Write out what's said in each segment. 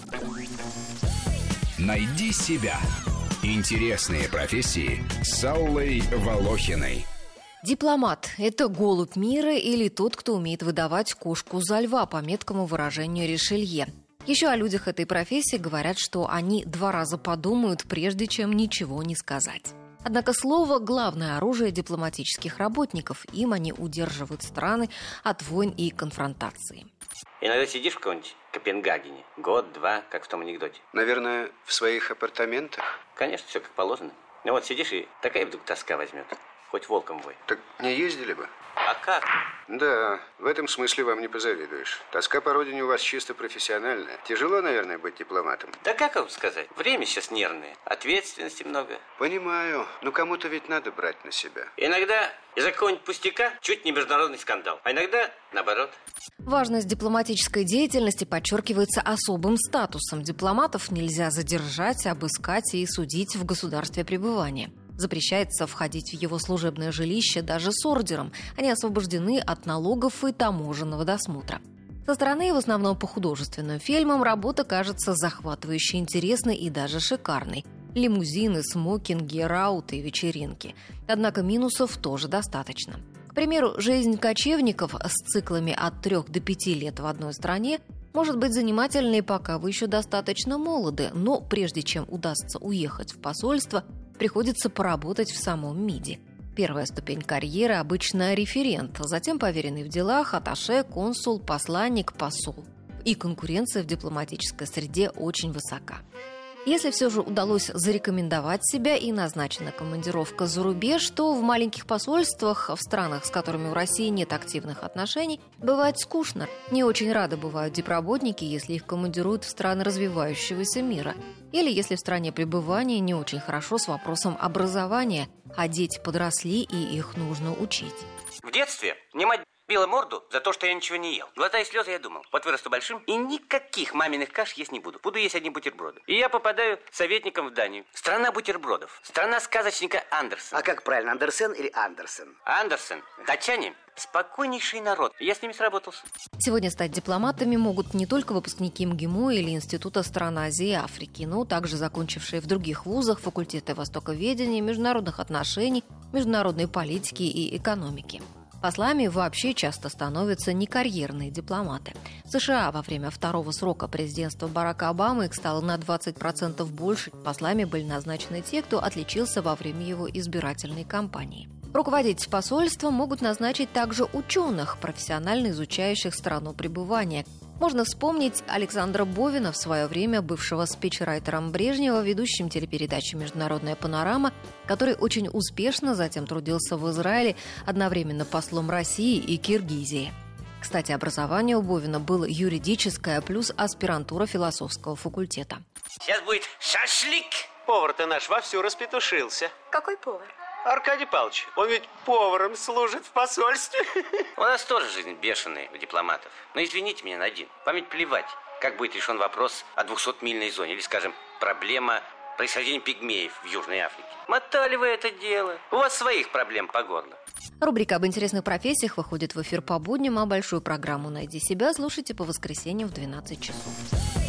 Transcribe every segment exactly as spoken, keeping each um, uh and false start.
Найди себя. Интересные профессии с Аллой Волохиной. Дипломат – это голубь мира или тот, кто умеет выдавать кошку за льва, по меткому выражению Ришелье. Еще о людях этой профессии говорят, что они два раза подумают, прежде чем ничего не сказать. Однако слово – главное оружие дипломатических работников. Им они удерживают страны от войн и конфронтаций. Иногда сидишь в каком-нибудь Копенгагене, год-два, как в том анекдоте. Наверное, в своих апартаментах? Конечно, все как положено. Ну вот сидишь, и такая вдруг тоска возьмет. Хоть волком вой. Так не ездили бы? А как? Да, в этом смысле вам не позавидуешь. Тоска по родине у вас чисто профессиональная. Тяжело, наверное, быть дипломатом. Да как вам сказать? Время сейчас нервное, ответственности много. Понимаю, но кому-то ведь надо брать на себя. Иногда из-за какого-нибудь пустяка чуть не международный скандал, а иногда наоборот. Важность дипломатической деятельности подчеркивается особым статусом. Дипломатов нельзя задержать, обыскать и судить в государстве пребывания. Запрещается входить в его служебное жилище даже с ордером. Они освобождены от налогов и таможенного досмотра. Со стороны, в основном по художественным фильмам, работа кажется захватывающе интересной и даже шикарной. Лимузины, смокинги, рауты и вечеринки. Однако минусов тоже достаточно. К примеру, жизнь кочевников с циклами от трех до пяти лет в одной стране может быть занимательной, пока вы еще достаточно молоды, но прежде чем удастся уехать в посольство, приходится поработать в самом МИДе. Первая ступень карьеры обычно референт, затем поверенный в делах, атташе, консул, посланник, посол. И конкуренция в дипломатической среде очень высока. Если все же удалось зарекомендовать себя и назначена командировка за рубеж, то в маленьких посольствах, в странах, с которыми у России нет активных отношений, бывает скучно. Не очень рады бывают дипработники, если их командируют в страны развивающегося мира. Или если в стране пребывания не очень хорошо с вопросом образования, а дети подросли и их нужно учить. В детстве мне мать била морду за то, что я ничего не ел. Глотая слезы, я думал, вот вырасту большим и никаких маминых каш есть не буду. Буду есть одни бутерброды. И я попадаю советником в Данию. Страна бутербродов. Страна сказочника Андерсена. А как правильно, Андерсен или Андерсен? Андерсен. Датчане. Спокойнейший народ. Я с ними сработался. Сегодня стать дипломатами могут не только выпускники МГИМО или Института стран Азии и Африки, но также закончившие в других вузах факультеты востоковедения, международных отношений, международной политики и экономики. Послами вообще часто становятся некарьерные дипломаты. В США во время второго срока президентства Барака Обамы их стало на двадцать процентов больше. Послами были назначены те, кто отличился во время его избирательной кампании. Руководить посольством могут назначить также ученых, профессионально изучающих страну пребывания. Можно вспомнить Александра Бовина, в свое время бывшего спичрайтером Брежнева, ведущим телепередачи «Международная панорама», который очень успешно затем трудился в Израиле, одновременно послом России и Киргизии. Кстати, образование у Бовина было юридическое плюс аспирантура философского факультета. Сейчас будет шашлык. Повар-то наш вовсю распетушился. Какой повар? Аркадий Павлович, он ведь поваром служит в посольстве. У нас тоже жизнь бешеная у дипломатов. Но извините меня, Надин, вам ведь плевать, как будет решен вопрос о двухсотмильной зоне. Или, скажем, проблема происхождения пигмеев в Южной Африке. Мотали вы это дело. У вас своих проблем по горло. Рубрика об интересных профессиях выходит в эфир по будням, а большую программу «Найди себя» слушайте по воскресеньям в двенадцать часов.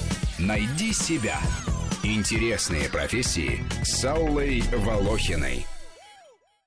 Найди себя. Интересные профессии с Аллой Волохиной.